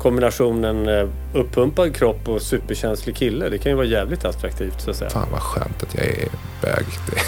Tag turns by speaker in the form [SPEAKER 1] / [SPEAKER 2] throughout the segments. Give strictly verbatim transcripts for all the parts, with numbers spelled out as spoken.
[SPEAKER 1] kombinationen eh, uppumpad kropp och superkänslig kille, det kan ju vara jävligt attraktivt så att säga.
[SPEAKER 2] Fan vad skönt att jag är bög.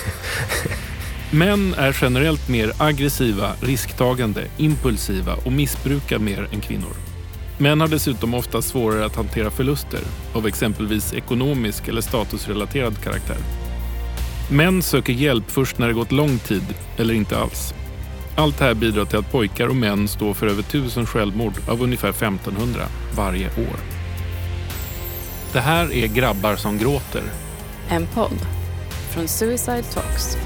[SPEAKER 3] Män är generellt mer aggressiva, risktagande, impulsiva och missbrukar mer än kvinnor. Män har dessutom ofta svårare att hantera förluster av exempelvis ekonomisk eller statusrelaterad karaktär. Män söker hjälp först när det gått lång tid eller inte alls. Allt det här bidrar till att pojkar och män står för över tusen självmord av ungefär femtonhundra varje år. Det här är Grabbar som gråter.
[SPEAKER 4] En podd från Suicide Talks.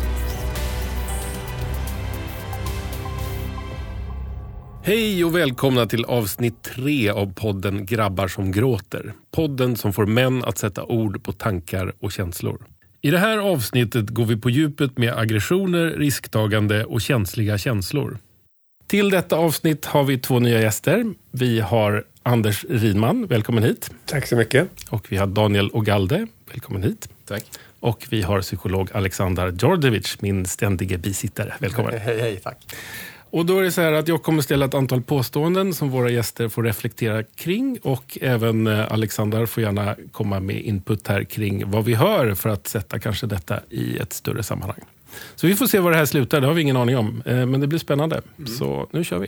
[SPEAKER 3] Hej och välkomna till avsnitt tre av podden Grabbar som gråter. Podden som får män att sätta ord på tankar och känslor. I det här avsnittet går vi på djupet med aggressioner, risktagande och känsliga känslor. Till detta avsnitt har vi två nya gäster. Vi har Anders Ridman, välkommen hit.
[SPEAKER 1] Tack så mycket.
[SPEAKER 3] Och vi har Daniel Ogalde, välkommen hit.
[SPEAKER 2] Tack.
[SPEAKER 3] Och vi har psykolog Alexander Djordjevic, min ständiga bisittare. Välkommen.
[SPEAKER 2] Hej, hej, tack.
[SPEAKER 3] Och då är det så här att jag kommer ställa ett antal påståenden som våra gäster får reflektera kring. Och även Alexander får gärna komma med input här kring vad vi hör för att sätta kanske detta i ett större sammanhang. Så vi får se vad det här slutar, det har vi ingen aning om. Men det blir spännande. Mm. Så nu kör vi.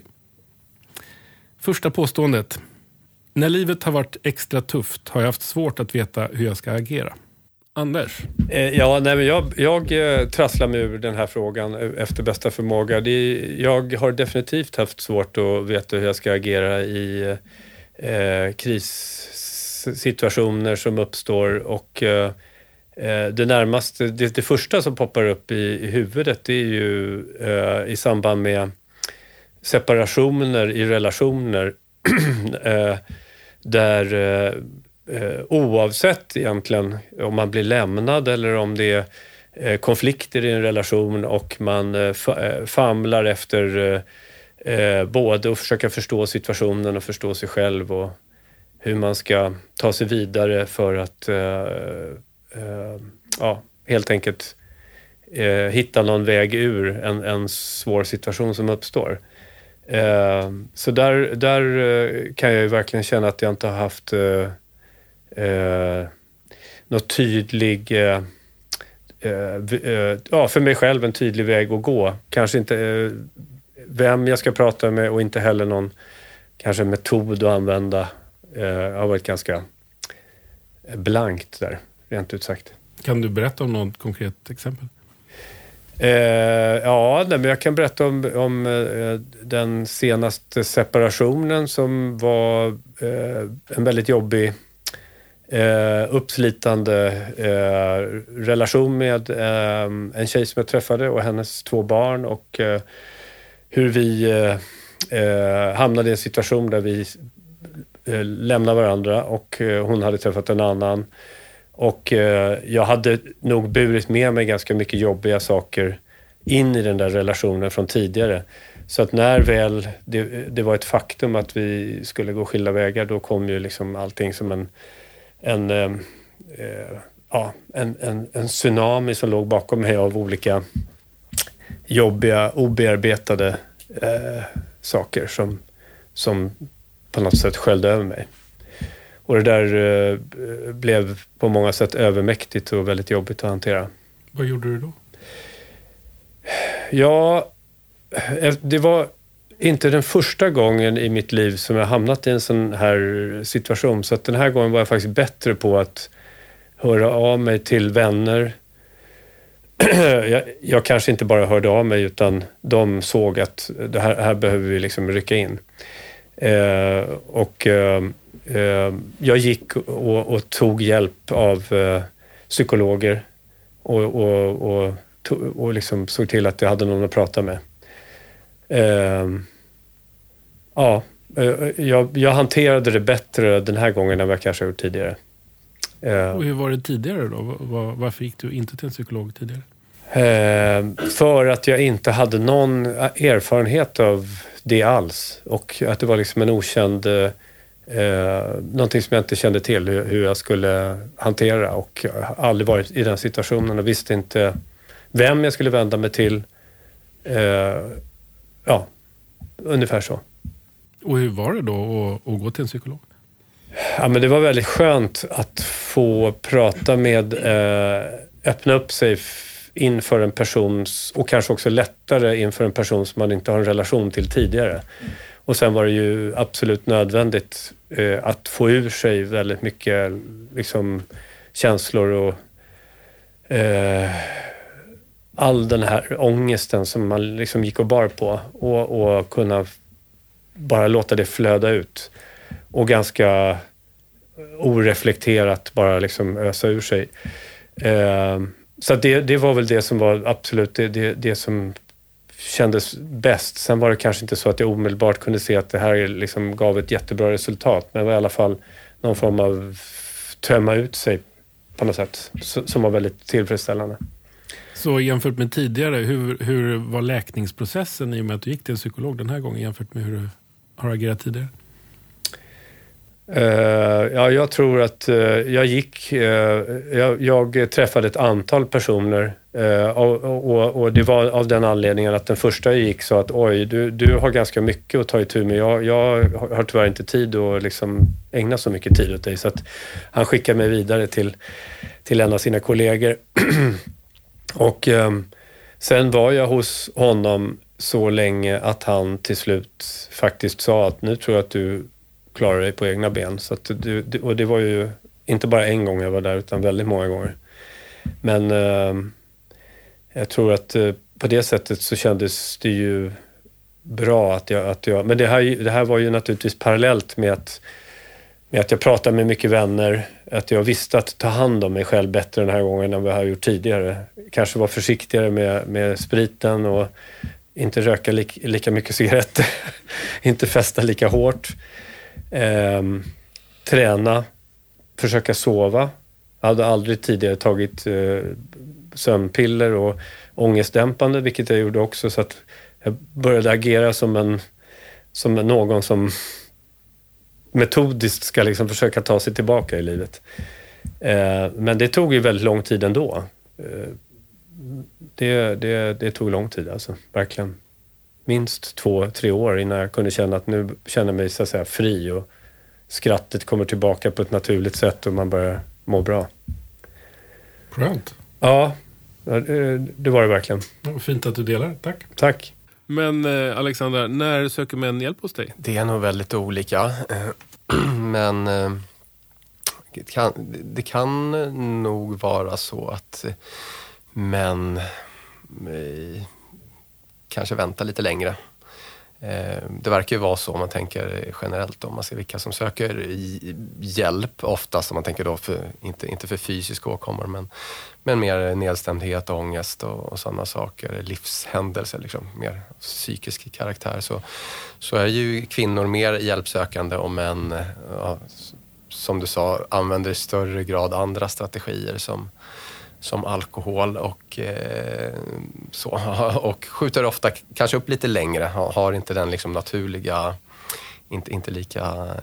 [SPEAKER 3] Första påståendet. När livet har varit extra tufft har jag haft svårt att veta hur jag ska agera. Anders?
[SPEAKER 1] Eh, ja, nej, men jag, jag eh, trasslar mig ur den här frågan efter bästa förmåga. Det, jag har definitivt haft svårt att veta hur jag ska agera i eh, krissituationer som uppstår. Och eh, det närmaste, det, det första som poppar upp i, i huvudet det är ju eh, i samband med separationer i relationer eh, där eh, Eh, oavsett egentligen om man blir lämnad eller om det är eh, konflikter i en relation och man eh, famlar efter eh, eh, både att försöka förstå situationen och förstå sig själv och hur man ska ta sig vidare för att eh, eh, ja, helt enkelt eh, hitta någon väg ur en, en svår situation som uppstår. Eh, så där, där eh, kan jag ju verkligen känna att jag inte har haft eh, Eh, något tydlig eh, eh, ja, för mig själv en tydlig väg att gå. Kanske inte eh, vem jag ska prata med och inte heller någon kanske metod att använda. Eh, har varit ganska blankt där, rent ut sagt.
[SPEAKER 3] Kan du berätta om något konkret exempel?
[SPEAKER 1] Eh, ja, nej, men jag kan berätta om, om eh, den senaste separationen som var eh, en väldigt jobbig Eh, uppslitande eh, relation med eh, en tjej som jag träffade och hennes två barn och eh, hur vi eh, eh, hamnade i en situation där vi eh, lämnade varandra och eh, hon hade träffat en annan och eh, jag hade nog burit med mig ganska mycket jobbiga saker in i den där relationen från tidigare. Så att när väl det, det var ett faktum att vi skulle gå skilda vägar, då kom ju liksom allting som en En, eh, ja, en, en, en tsunami som låg bakom mig av olika jobbiga, obearbetade eh, saker som, som på något sätt sköljde över mig. Och det där eh, blev på många sätt övermäktigt och väldigt jobbigt att hantera.
[SPEAKER 3] Vad gjorde du då?
[SPEAKER 1] Ja, det var inte den första gången i mitt liv som jag hamnat i en sån här situation. Så att den här gången var jag faktiskt bättre på att höra av mig till vänner. jag, jag kanske inte bara hörde av mig utan de såg att det här, här behöver vi liksom rycka in. Eh, och eh, eh, jag gick och, och tog hjälp av eh, psykologer och, och, och, to- och liksom såg till att jag hade någon att prata med. Eh, ja, jag, jag hanterade det bättre den här gången än vad jag kanske gjort tidigare. Eh,
[SPEAKER 3] och hur var det tidigare då? Var, varför gick du inte till en psykolog tidigare?
[SPEAKER 1] Eh, för att jag inte hade någon erfarenhet av det alls. Och att det var liksom en okänd... Eh, någonting som jag inte kände till hur, hur jag skulle hantera. Och jag har aldrig varit i den situationen och visste inte vem jag skulle vända mig till. Eh, ja, ungefär så.
[SPEAKER 3] Och hur var det då att, att gå till en psykolog?
[SPEAKER 1] Ja, men det var väldigt skönt att få prata med, eh, öppna upp sig inför en persons, och kanske också lättare inför en person som man inte har en relation till tidigare. Mm. Och sen var det ju absolut nödvändigt eh, att få ur sig väldigt mycket liksom, känslor och eh, all den här ångesten som man liksom gick och bar på, och, och kunna bara låta det flöda ut och ganska oreflekterat bara liksom ösa ur sig. Eh, så att det, det var väl det som var absolut det, det, det som kändes bäst. Sen var det kanske inte så att jag omedelbart kunde se att det här liksom gav ett jättebra resultat, men det var i alla fall någon form av tömma ut sig på något sätt som var väldigt tillfredsställande.
[SPEAKER 3] Så jämfört med tidigare, hur, hur var läkningsprocessen i och med att du gick till en psykolog den här gången jämfört med hur du har agerat tidigare?
[SPEAKER 1] Uh, ja, jag tror att uh, jag gick, uh, jag, jag träffade ett antal personer uh, och, och, och det var av den anledningen att den första gick så att oj, du, du har ganska mycket att ta itu med. Jag, jag har tyvärr inte tid att liksom ägna så mycket tid åt dig, så att han skickade mig vidare till, till en av sina kollegor. Och um, sen var jag hos honom så länge att han till slut faktiskt sa att nu tror jag att du klarar dig på egna ben. Så att du, och det var ju inte bara en gång jag var där utan väldigt många gånger. Men uh, jag tror att uh, på det sättet så kändes det ju bra att jag... Att jag men det här, det här var ju naturligtvis parallellt med att, med att jag pratade med mycket vänner. Att jag visste att ta hand om mig själv bättre den här gången än vad jag har gjort tidigare. Kanske var försiktigare med, med spriten och inte röka li, lika mycket cigaretter. Inte festa lika hårt. Eh, träna. Försöka sova. Jag hade aldrig tidigare tagit eh, sömnpiller och ångestdämpande, vilket jag gjorde också. Så att jag började agera som, en, som någon som metodiskt ska liksom försöka ta sig tillbaka i livet. Eh, men det tog ju väldigt lång tid ändå. Eh, det, det, det tog lång tid alltså, verkligen. Minst två, tre år innan jag kunde känna att nu känner jag mig så att säga fri och skrattet kommer tillbaka på ett naturligt sätt och man börjar må bra.
[SPEAKER 3] Skönt.
[SPEAKER 1] Ja, det, det var det verkligen.
[SPEAKER 3] Ja, fint att du delar, tack.
[SPEAKER 1] Tack.
[SPEAKER 3] Men eh, Alexandra, när söker män hjälp hos dig?
[SPEAKER 2] Det är nog väldigt olika. Men eh, det, kan, det kan nog vara så att män eh, kanske väntar lite längre. Eh, det verkar ju vara så om man tänker generellt om man ser vilka som söker hjälp. Oftast om man tänker då för, inte, inte för fysiska åkommor men, men mer nedstämdhet, ångest och, och sådana saker. Livshändelser, liksom, mer psykisk karaktär. Så, så är ju kvinnor mer hjälpsökande och män, ja, som du sa, använder i större grad andra strategier som som alkohol och eh, så, och skjuter ofta kanske upp lite längre, har inte den liksom naturliga, inte, inte lika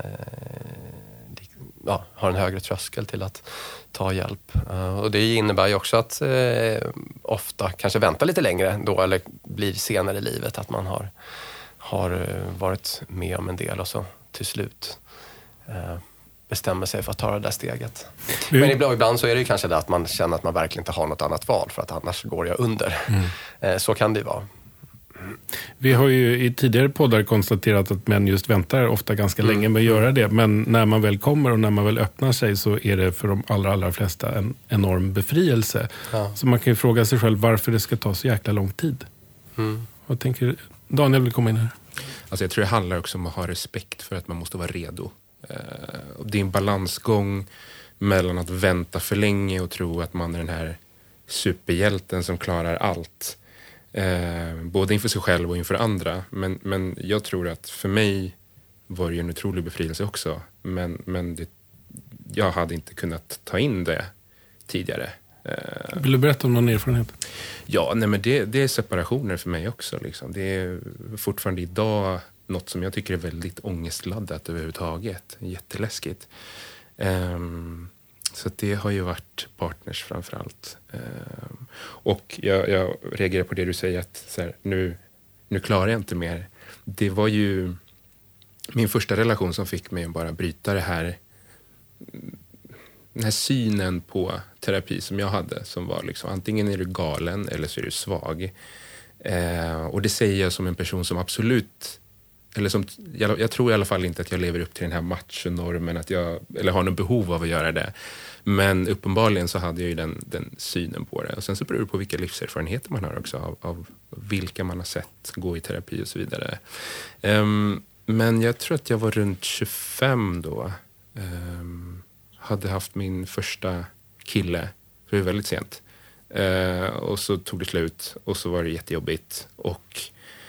[SPEAKER 2] eh, ja, har en högre tröskel till att ta hjälp. Uh, och det innebär ju också att eh, ofta kanske vänta lite längre då, eller blir senare i livet att man har, har varit med om en del och så till slut eh, bestämmer sig för att ta det där steget. Mm. Men ibland, ibland så är det ju kanske det att man känner att man verkligen inte har något annat val för att annars går jag under. Mm. Så kan det ju vara.
[SPEAKER 3] Vi har ju i tidigare poddar konstaterat att män just väntar ofta ganska mm. länge med att göra det. Men när man väl kommer och när man väl öppnar sig så är det för de allra, allra flesta en enorm befrielse. Ja. Så man kan ju fråga sig själv varför det ska ta så jäkla lång tid. Mm. Vad tänker Daniel vill komma in här?
[SPEAKER 2] Alltså jag tror det handlar också om att ha respekt för att man måste vara redo. Det är en balansgång mellan att vänta för länge och tro att man är den här superhjälten som klarar allt. Eh, både inför sig själv och inför andra. Men, men jag tror att för mig var det en otrolig befrielse också. Men, men det, jag hade inte kunnat ta in det tidigare. Eh,
[SPEAKER 3] Vill du berätta om någon erfarenhet?
[SPEAKER 2] Ja, nej, men det, det är separationer för mig också. Liksom. Det är fortfarande idag något som jag tycker är väldigt ångestladdat överhuvudtaget. Jätteläskigt. Um, så det har ju varit partners framförallt. Um, och jag, jag reagerar på det du säger att så här, nu, nu klarar jag inte mer. Det var ju
[SPEAKER 5] min första relation som fick mig att bara bryta det här, den här synen på terapi som jag hade, som var liksom antingen är du galen eller så är du svag. Eh, och det säger jag som en person som absolut, eller som, jag, jag tror i alla fall inte att jag lever upp till den här machonormen, att jag, eller har något behov av att göra det. Men uppenbarligen så hade jag ju den, den synen på det. Och sen så beror det på vilka livserfarenheter man har också, av, av vilka man har sett gå i terapi och så vidare. Um, men jag tror att jag var runt tjugofem då. Um, hade haft min första kille, det var väldigt sent. Uh, och så tog det slut och så var det jättejobbigt. Och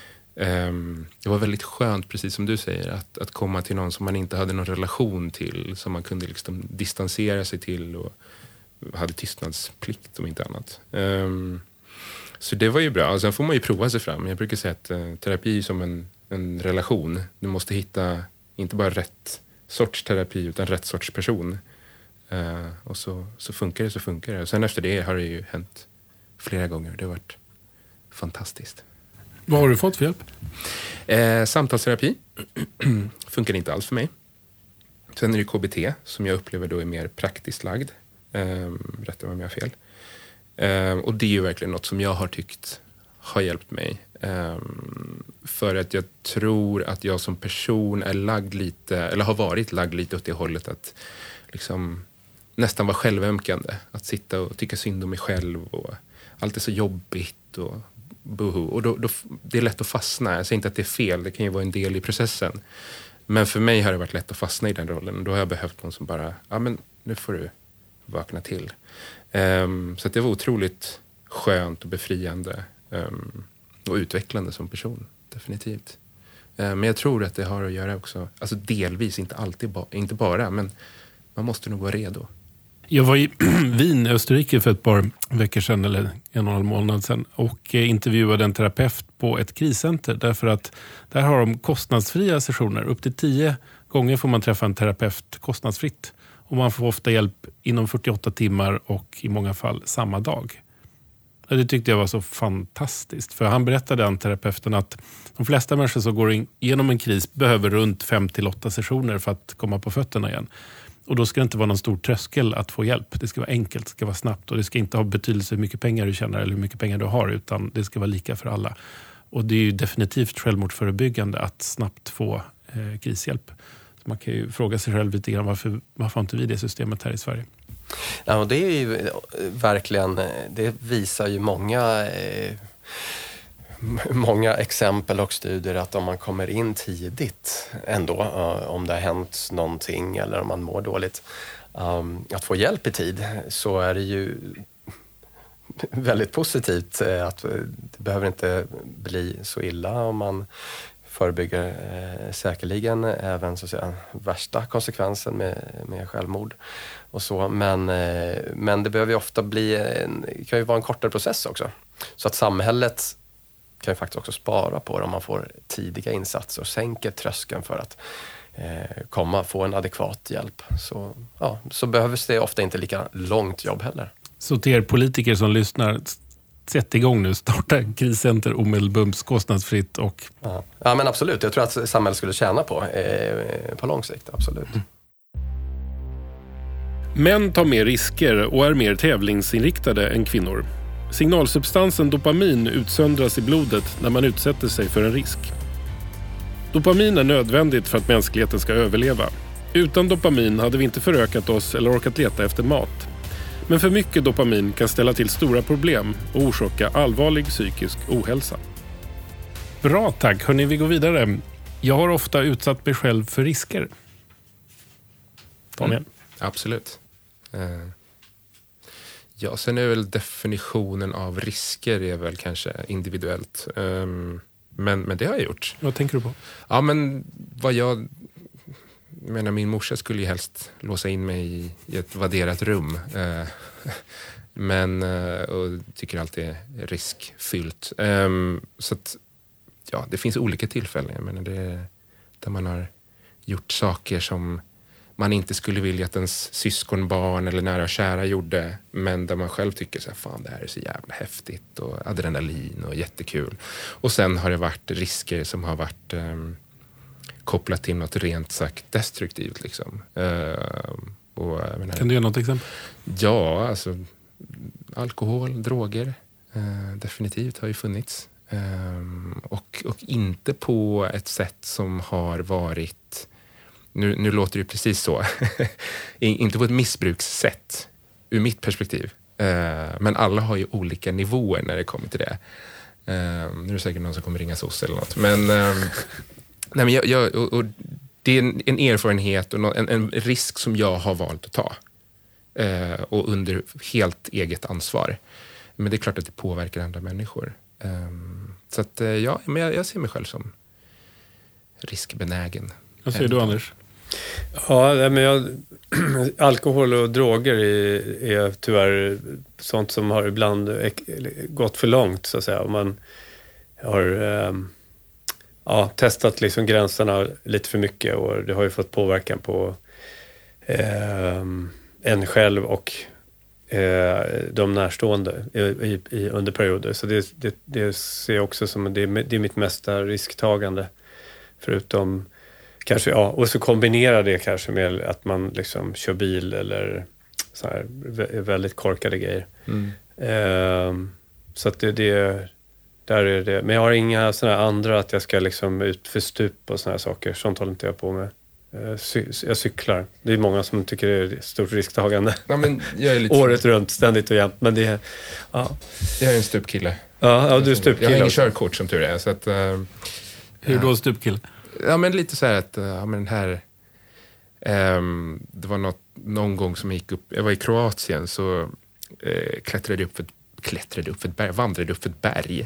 [SPEAKER 5] um, det var väldigt skönt, precis som du säger, att, att komma till någon som man inte hade någon relation till, som man kunde liksom distansera sig till och hade tystnadsplikt om inte annat. Um, så det var ju bra. Och sen får man ju prova sig fram. Jag brukar säga att uh, terapi är som en, en relation. Du måste hitta inte bara rätt sorts terapi utan rätt sorts person. Uh, och så, så funkar det så funkar det. Och sen efter det har det ju hänt flera gånger. Det har varit fantastiskt.
[SPEAKER 3] Vad har du fått för hjälp?
[SPEAKER 5] Eh, samtalsterapi funkar inte alls för mig. Sen är det K B T som jag upplever då är mer praktiskt lagd. Eh, rätta mig om jag har fel. Eh, och det är ju verkligen något som jag har tyckt har hjälpt mig. Eh, för att jag tror att jag som person är lagd lite, eller har varit lagd lite åt det hållet att liksom nästan vara självömkande. Att sitta och tycka synd om mig själv och allt är så jobbigt och buhu. Och då, då, det är lätt att fastna. Jag säger inte att det är fel, det kan ju vara en del i processen. Men för mig har det varit lätt att fastna i den rollen. Och då har jag behövt någon som bara, ja men nu får du vakna till. Um, så att det var otroligt skönt och befriande um, och utvecklande som person, definitivt. Um, men jag tror att det har att göra också, alltså delvis, inte alltid, ba, inte bara, men man måste nog vara redo.
[SPEAKER 3] Jag var i Wien, Österrike för ett par veckor sedan eller en och en halv månad sedan och intervjuade en terapeut på ett kriscenter därför att där har de kostnadsfria sessioner. Upp till tio gånger får man träffa en terapeut kostnadsfritt och man får ofta hjälp inom fyrtioåtta timmar och i många fall samma dag. Det tyckte jag var så fantastiskt, för han berättade, den terapeuten, att de flesta människor som går igenom en kris behöver runt fem till åtta sessioner för att komma på fötterna igen. Och då ska det inte vara någon stor tröskel att få hjälp. Det ska vara enkelt, det ska vara snabbt och det ska inte ha betydelse hur mycket pengar du tjänar eller hur mycket pengar du har, utan det ska vara lika för alla. Och det är ju definitivt självmordsförebyggande att snabbt få eh, krishjälp. Så man kan ju fråga sig själv lite grann, varför, varför har inte vi det systemet här i Sverige?
[SPEAKER 2] Ja, och det är ju verkligen, det visar ju många eh, många exempel och studier att om man kommer in tidigt ändå, uh, om det har hänt någonting eller om man mår dåligt, um, att få hjälp i tid, så är det ju väldigt positivt. Uh, att det behöver inte bli så illa om man förebygger uh, säkerligen även så att säga värsta konsekvensen med, med självmord och så. Men, uh, men det behöver ju ofta bli en, kan ju vara en kortare process också. Så att samhället kan ju faktiskt också spara på det om man får tidiga insatser och sänker tröskeln för att eh, komma, få en adekvat hjälp. Så, ja, så behövs det ofta inte lika långt jobb heller.
[SPEAKER 3] Så till er politiker som lyssnar, sätt igång nu, starta kriscenter omedelbums, kostnadsfritt och...
[SPEAKER 2] Ja. ja, men absolut. Jag tror att samhället skulle tjäna på eh, på lång sikt, absolut. Mm.
[SPEAKER 3] Män tar mer risker och är mer tävlingsinriktade än kvinnor. Signalsubstansen dopamin utsöndras i blodet när man utsätter sig för en risk. Dopamin är nödvändigt för att mänskligheten ska överleva. Utan dopamin hade vi inte förökat oss eller orkat leta efter mat. Men för mycket dopamin kan ställa till stora problem och orsaka allvarlig psykisk ohälsa. Bra, tack. Hörrni, vi går vidare. Jag har ofta utsatt mig själv för risker. Daniel?
[SPEAKER 5] Mm, absolut. Uh... Ja, sen är väl definitionen av risker är väl kanske individuellt. Um, men, men det har jag gjort.
[SPEAKER 3] Vad tänker du på?
[SPEAKER 5] Ja, men vad jag... jag menar, min morsa skulle ju helst låsa in mig i, i ett vadderat rum. Uh, men, uh, och tycker alltid är riskfyllt. Um, så att, ja, det finns olika tillfällen. Jag menar, det är där man har gjort saker som man inte skulle vilja att ens syskonbarn eller nära och kära gjorde, men där man själv tycker så här, fan, det här är så jävla häftigt och adrenalin och jättekul. Och sen har det varit risker som har varit um, kopplat till något rent sagt destruktivt. Liksom. Uh, och, menar,
[SPEAKER 3] kan du ge något exempel?
[SPEAKER 5] Ja, alltså alkohol, droger, uh, definitivt har ju funnits. Um, och, och inte på ett sätt som har varit, nu, nu låter det precis så, inte på ett missbrukssätt ur mitt perspektiv. Uh, men alla har ju olika nivåer när det kommer till det. Uh, nu är det säkert någon som kommer ringa S O S eller något. Men, um, nej, men jag, jag, och, och det är en, en erfarenhet och en, en risk som jag har valt att ta. Uh, och under helt eget ansvar. Men det är klart att det påverkar andra människor. Um, så att, ja, men jag, jag ser mig själv som riskbenägen.
[SPEAKER 3] Vad säger du, Anders?
[SPEAKER 1] Ja, men jag, alkohol och droger är, är tyvärr sånt som har ibland gått för långt, så att säga. Och man har um, ja, testat liksom gränserna lite för mycket, och det har ju fått påverkan på um, en själv och de närstående i, i, i, under perioder. Så det, det, det ser jag också som det är, det är mitt mesta risktagande. Förutom kanske, ja, och så kombinera det kanske med att man liksom kör bil eller så här väldigt korkade grejer. Mm. Eh, så att det, det där är det. Men jag har inga sådana andra att jag ska liksom ut för stup och såna här saker. Sånt håller inte jag på med. Jag cyklar. Det är många som tycker det är ett stort risktagande.
[SPEAKER 5] Ja, men jag är lite
[SPEAKER 1] året runt, ständigt och jämt. Men det är, ja.
[SPEAKER 5] Jag är en stupkille.
[SPEAKER 1] Ja, ja, du är stupkille.
[SPEAKER 5] Jag har ingen körkort som tur är. Så att, uh,
[SPEAKER 3] Hur då stupkille?
[SPEAKER 5] Ja, men lite så här att ja, men den här um, det var något, någon gång som jag gick upp, jag var i Kroatien, så uh, klättrade jag upp för, klättrade upp för ett berg, vandrade upp för ett berg.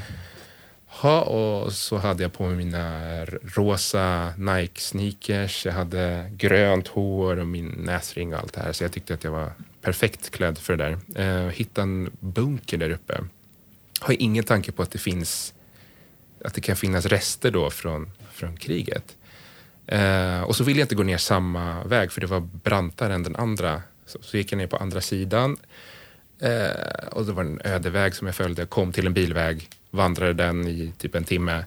[SPEAKER 5] Ja, och så hade jag på mig mina rosa Nike-sneakers. Jag hade grönt hår och min näsring och allt det här. Så jag tyckte att jag var perfekt klädd för det där. Eh, hitta en bunker där uppe. Har ingen tanke på att det finns, att det kan finnas rester då från, från kriget. Eh, och så ville jag inte gå ner samma väg, för det var brantare än den andra. Så, så gick jag ner på andra sidan. Eh, och det var en öde väg som jag följde. Jag kom till en bilväg, vandrade den i typ en timme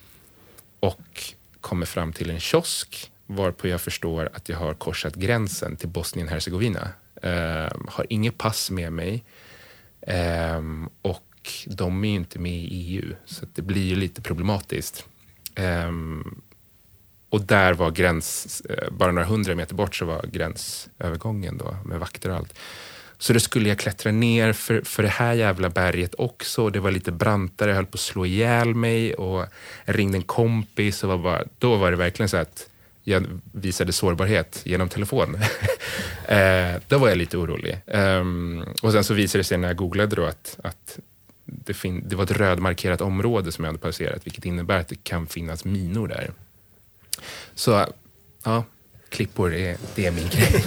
[SPEAKER 5] och kommer fram till en kiosk, varpå jag förstår att jag har korsat gränsen till Bosnien-Hercegovina. Eh, har inget pass med mig eh, och de är ju inte med i E U, så det blir ju lite problematiskt. Eh, och där var gräns, eh, bara några hundra meter bort så var gränsövergången då med vakter och allt. Så då skulle jag klättra ner för, för det här jävla berget också. Det var lite brantare, jag höll på att slå ihjäl mig. Och jag ringde en kompis och var bara, då var det verkligen så att jag visade sårbarhet genom telefon. eh, då var jag lite orolig. Um, och sen så visade det sig när jag googlade då att, att det, fin- det var ett rödmarkerat område som jag hade passerat. Vilket innebär att det kan finnas minor där. Så ja, klippor är, det är min grej.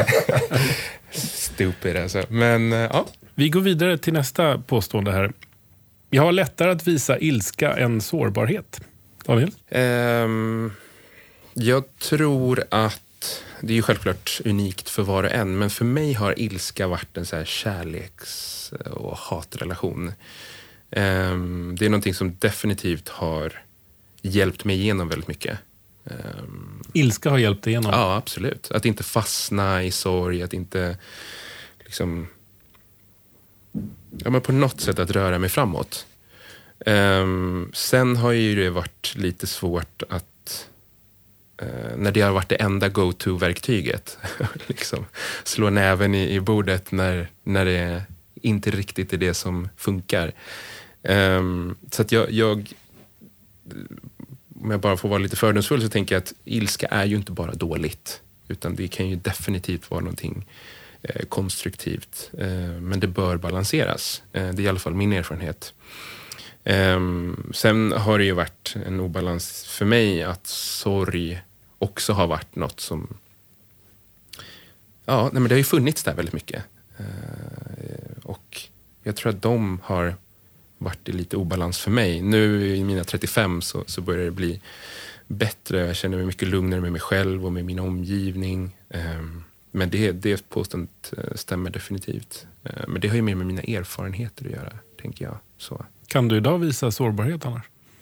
[SPEAKER 5] Stupid alltså. Men ja.
[SPEAKER 3] Vi går vidare till nästa påstående här. Jag har lättare att visa ilska än sårbarhet. Daniel?
[SPEAKER 5] Um, jag tror att det är ju självklart unikt för var och en, men för mig har ilska varit en så här kärleks- och hatrelation. Um, det är någonting som definitivt har hjälpt mig igenom väldigt mycket. Um,
[SPEAKER 3] ilska har hjälpt dig igenom?
[SPEAKER 5] Ja, absolut. Att inte fastna i sorg, att inte liksom, ja, men på något sätt att röra mig framåt. Um, sen har ju det varit lite svårt att uh, när det har varit det enda go-to-verktyget liksom, slå näven i, i bordet när, när det inte riktigt är det som funkar. Um, så att jag, jag om jag bara får vara lite fördomsfull så tänker jag att ilska är ju inte bara dåligt, utan det kan ju definitivt vara någonting eh, konstruktivt. Eh, men det bör balanseras. Eh, det är i alla fall min erfarenhet. Eh, sen har det ju varit en obalans för mig att sorg också har varit något som, ja, nej, men det har ju funnits där väldigt mycket. Eh, och jag tror att de har varit i lite obalans för mig. Nu i mina trettiofem så, så börjar det bli bättre. Jag känner mig mycket lugnare med mig själv och med min omgivning. Um, men det, det påståendet stämmer definitivt. Uh, men det har ju mer med mina erfarenheter att göra, tänker jag. Så.
[SPEAKER 3] Kan du idag visa sårbarhet annars?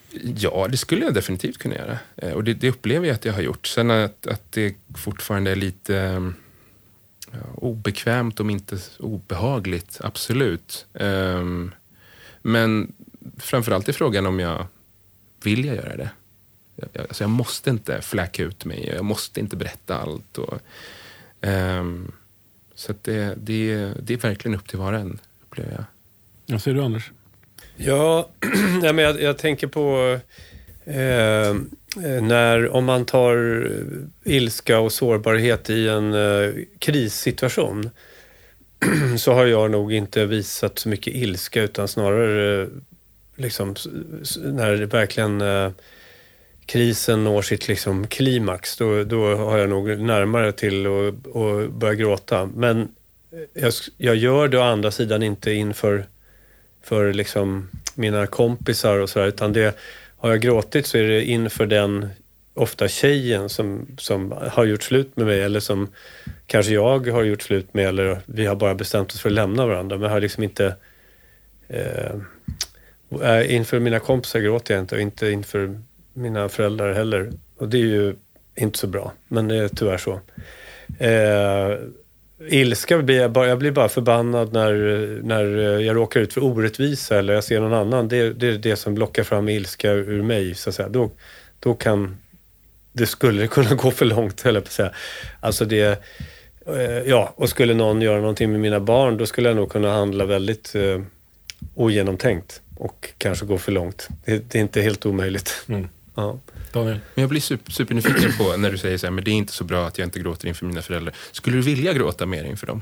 [SPEAKER 5] Ja, det skulle jag definitivt kunna göra. Eh, och det, det upplever jag att jag har gjort. Sen att, att det fortfarande är lite ja, obekvämt, om inte obehagligt, absolut. Um, men framförallt är frågan om jag vill jag göra det. Jag, alltså jag måste inte fläcka ut mig, jag måste inte berätta allt. Och, um, så att det, det, det är verkligen upp till var och en, upplever jag.
[SPEAKER 3] Vad säger du, Anders?
[SPEAKER 1] Ja, ja men jag, jag tänker på eh, när om man tar ilska och sårbarhet i en eh, krissituation, så har jag nog inte visat så mycket ilska, utan snarare eh, liksom när det verkligen eh, krisen når sitt liksom klimax, då, då har jag nog närmare till att, att börja gråta. Men jag, jag gör det å andra sidan inte inför för liksom mina kompisar och sådär, utan det, har jag gråtit så är det inför den ofta tjejen som, som har gjort slut med mig, eller som kanske jag har gjort slut med, eller vi har bara bestämt oss för att lämna varandra, men har liksom inte eh, inför mina kompisar gråter jag inte, och inte inför mina föräldrar heller, och det är ju inte så bra, men det är tyvärr så. eh, Ilska blir jag bara, jag blir bara förbannad när, när jag råkar ut för orättvisa eller jag ser någon annan. Det, det är det som lockar fram ilska ur mig, så att säga. Då, då kan det skulle kunna gå för långt, eller på att säga. Alltså det, ja, och skulle någon göra någonting med mina barn, då skulle jag nog kunna handla väldigt eh, ogenomtänkt och kanske gå för långt. Det, det är inte helt omöjligt. Mm. Ja.
[SPEAKER 3] Daniel?
[SPEAKER 5] Men jag blir super, supernyfiken på när du säger så här, men det är inte så bra att jag inte gråter inför mina föräldrar. Skulle du vilja gråta mer inför dem?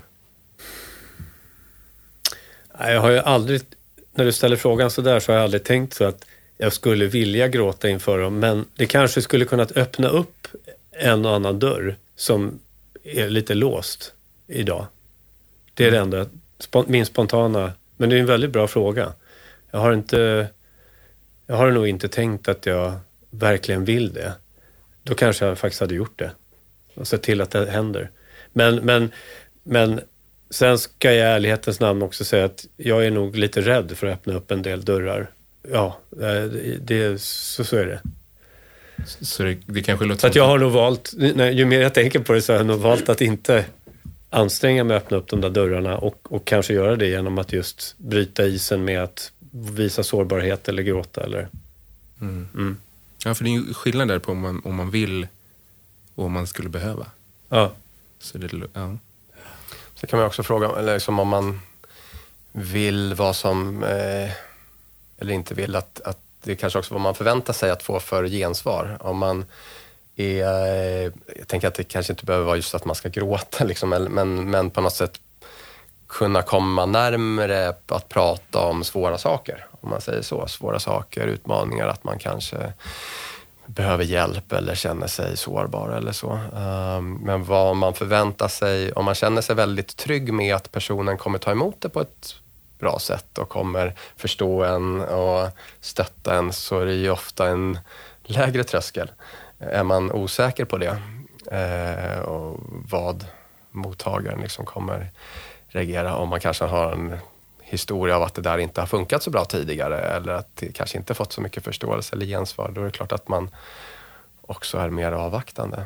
[SPEAKER 1] Jag har ju aldrig, när du ställer frågan så där, så har jag aldrig tänkt så att jag skulle vilja gråta inför dem. Men det kanske skulle kunna öppna upp en och annan dörr som är lite låst idag. Det är det enda, min spontana, men det är en väldigt bra fråga. Jag har inte, jag har nog inte tänkt att jag verkligen vill det. Då kanske jag faktiskt hade gjort det och sett till att det händer. Men, men, men sen ska jag i ärlighetens namn också säga att jag är nog lite rädd för att öppna upp en del dörrar. Ja, det, så, så är det.
[SPEAKER 5] Så det, det kanske låter
[SPEAKER 1] så att jag har nog valt, nej, ju mer jag tänker på det, så har jag nog valt att inte anstränga mig att öppna upp de där dörrarna, och, och kanske göra det genom att just bryta isen med att visa sårbarhet eller gråta eller
[SPEAKER 5] mm.
[SPEAKER 1] Mm.
[SPEAKER 5] Ja, för det är ju skillnad där på om man, om man vill och om man skulle behöva.
[SPEAKER 1] Ja.
[SPEAKER 5] Så, det, ja.
[SPEAKER 2] Så kan man också fråga, eller liksom om man vill vad som, eh, eller inte vill, att, att det är kanske också vad man förväntar sig att få för gensvar. Om man är, eh, jag tänker att det kanske inte behöver vara just att man ska gråta, liksom, men, men på något sätt kunna komma närmare att prata om svåra saker, om man säger så. Svåra saker, utmaningar, att man kanske behöver hjälp eller känner sig sårbar eller så. Um, men vad man förväntar sig, om man känner sig väldigt trygg med att personen kommer ta emot det på ett bra sätt och kommer förstå en och stötta en, så är det ju ofta en lägre tröskel. Är man osäker på det eh, och vad mottagaren liksom kommer reagera, om man kanske har en historia av att det där inte har funkat så bra tidigare, eller att det kanske inte fått så mycket förståelse eller gensvar, då är det klart att man också är mer avvaktande.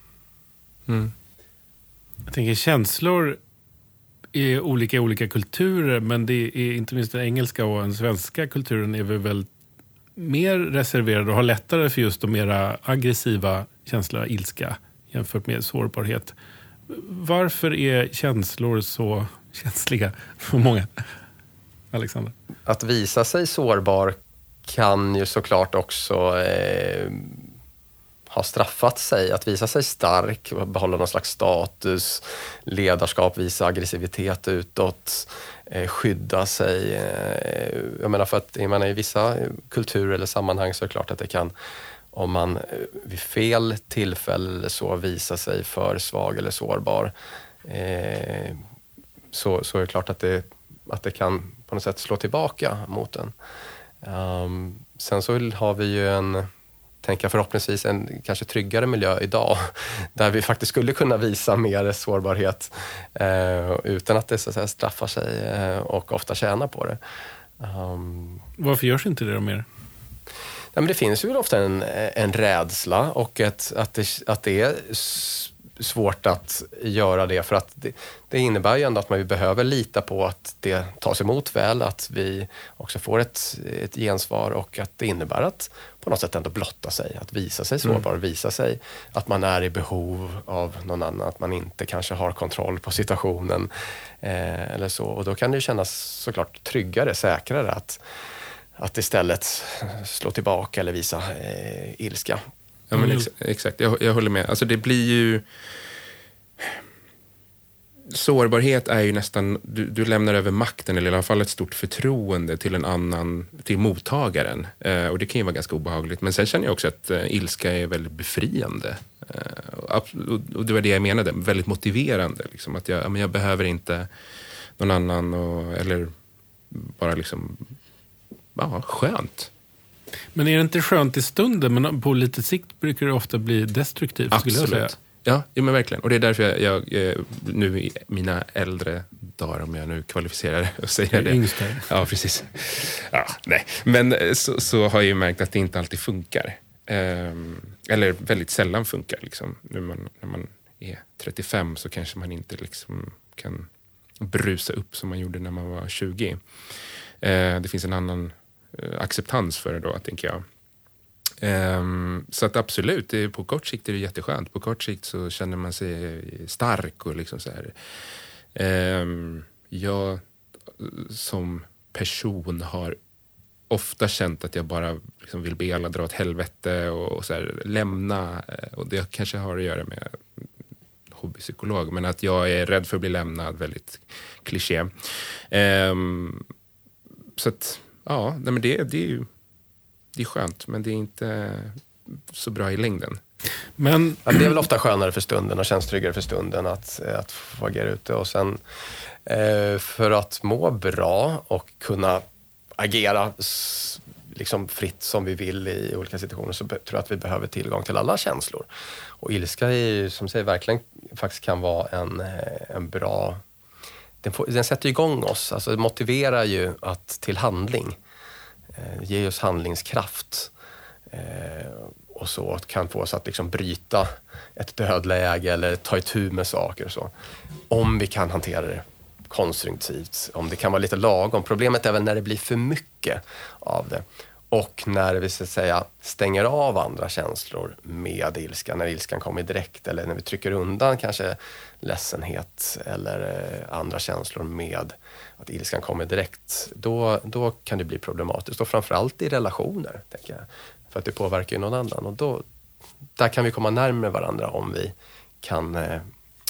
[SPEAKER 5] Mm.
[SPEAKER 3] Jag tänker känslor är olika i olika kulturer, men det är inte minst den engelska och den svenska kulturen är väl, väl mer reserverade och har lättare för just de mera aggressiva känslorna, ilska, jämfört med sårbarhet. Varför är känslor så känsliga för många? Alexander?
[SPEAKER 2] Att visa sig sårbar kan ju såklart också eh, ha straffat sig. Att visa sig stark, behålla någon slags status, ledarskap, visa aggressivitet utåt, eh, skydda sig. Eh, jag menar, för att jag menar, i vissa kulturer eller sammanhang så är det klart att det kan, om man vid fel tillfälle så visar sig för svag eller sårbar, eh, så, så är det klart att det, att det kan på något sätt slå tillbaka mot en. Um, sen så har vi ju en, tänker förhoppningsvis en kanske tryggare miljö idag, där vi faktiskt skulle kunna visa mer sårbarhet eh, utan att det så att säga straffar sig eh, och ofta tjänar på det. Um,
[SPEAKER 3] Varför görs inte det då mer?
[SPEAKER 2] men det finns ju ofta en, en rädsla och ett, att, det, att det är svårt att göra det, för att det, det innebär ju ändå att man behöver lita på att det tas emot väl, att vi också får ett, ett gensvar, och att det innebär att på något sätt ändå blotta sig, att visa sig sårbar, mm. visa sig att man är i behov av någon annan, att man inte kanske har kontroll på situationen eh, eller så. Och då kan det ju kännas såklart tryggare, säkrare att, att istället slå tillbaka eller visa eh, ilska.
[SPEAKER 5] Ja, men ex- exakt, jag, jag håller med. Alltså det blir ju... Sårbarhet är ju nästan... Du, du lämnar över makten, eller i alla fall ett stort förtroende till en annan, till mottagaren. Eh, och det kan ju vara ganska obehagligt. Men sen känner jag också att eh, ilska är väldigt befriande. Eh, och, och det var det jag menade, väldigt motiverande. Liksom, att jag, men jag behöver inte någon annan, och, eller bara liksom... Ja, skönt.
[SPEAKER 3] Men är det inte skönt i stunden, men på lite sikt brukar det ofta bli destruktivt,
[SPEAKER 5] absolut.
[SPEAKER 3] Skulle jag säga.
[SPEAKER 5] Ja, ja, men verkligen. Och det är därför jag, jag nu i mina äldre dagar, om jag nu kvalificerar och säger det.
[SPEAKER 3] Yngsta.
[SPEAKER 5] Ja, precis. Ja, nej. Men så, så har jag ju märkt att det inte alltid funkar. Um, eller väldigt sällan funkar. Liksom. När, man, när man är trettiofem så kanske man inte liksom kan brusa upp som man gjorde när man var tjugo. Uh, det finns en annan acceptans för det då, tänker jag. Um, så att absolut, det är, på kort sikt är det jätteskönt. På kort sikt så känner man sig stark och liksom så här. Um, jag som person har ofta känt att jag bara liksom vill be alla dra åt helvete och, och så här, lämna. Och det kanske har att göra med hobbypsykolog, men att jag är rädd för att bli lämnad, väldigt kliché. Um, så att ja, nej men det, det är ju det är skönt, men det är inte så bra i längden.
[SPEAKER 2] Men ja, det är väl ofta skönare för stunden och känns tryggare för stunden att, att få agera ute. Och sen eh, för att må bra och kunna agera s- liksom fritt som vi vill i olika situationer, så be- tror jag att vi behöver tillgång till alla känslor. Och ilska är ju, som säger, verkligen faktiskt kan vara en, en bra... Den, får, den sätter igång oss, alltså det motiverar ju att, till handling. Eh, ger oss handlingskraft. Eh, och så kan få oss att liksom bryta ett dödläge eller ta itu med saker och så. Om vi kan hantera det konstruktivt. Om det kan vara lite lagom. Problemet är väl när det blir för mycket av det. Och när vi så att säga stänger av andra känslor med ilska. När ilskan kommer direkt, eller när vi trycker undan kanske ledsenhet eller andra känslor med att ilskan kommer direkt. Då, då kan det bli problematiskt. Och framförallt i relationer, tänker jag. För att det påverkar ju någon annan. Och då, där kan vi komma närmare varandra om vi kan eh,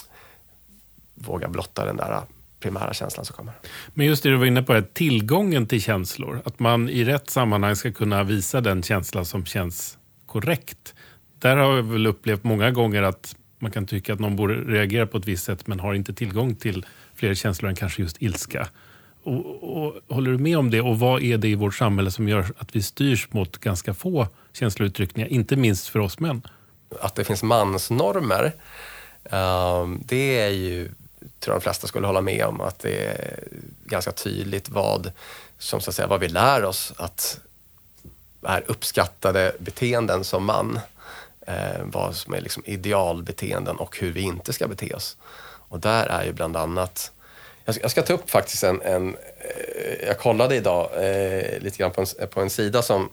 [SPEAKER 2] våga blotta den där primära känslan som kommer.
[SPEAKER 3] Men just det du var inne på är tillgången till känslor. Att man i rätt sammanhang ska kunna visa den känsla som känns korrekt. Där har jag väl upplevt många gånger att man kan tycka att någon borde reagera på ett visst sätt men har inte tillgång till fler känslor än kanske just ilska. Och, och, håller du med om det? Och vad är det i vårt samhälle som gör att vi styrs mot ganska få känslouttryckningar, inte minst för oss män?
[SPEAKER 2] Att det finns mansnormer, um, det är ju, tror jag de flesta skulle hålla med om, att det är ganska tydligt vad som så att säga, vad vi lär oss att är uppskattade beteenden som man, eh, vad som är liksom idealbeteenden och hur vi inte ska bete oss. Och där är ju bland annat, jag ska, jag ska ta upp faktiskt en, en eh, jag kollade idag eh, lite grann på en, på en sida som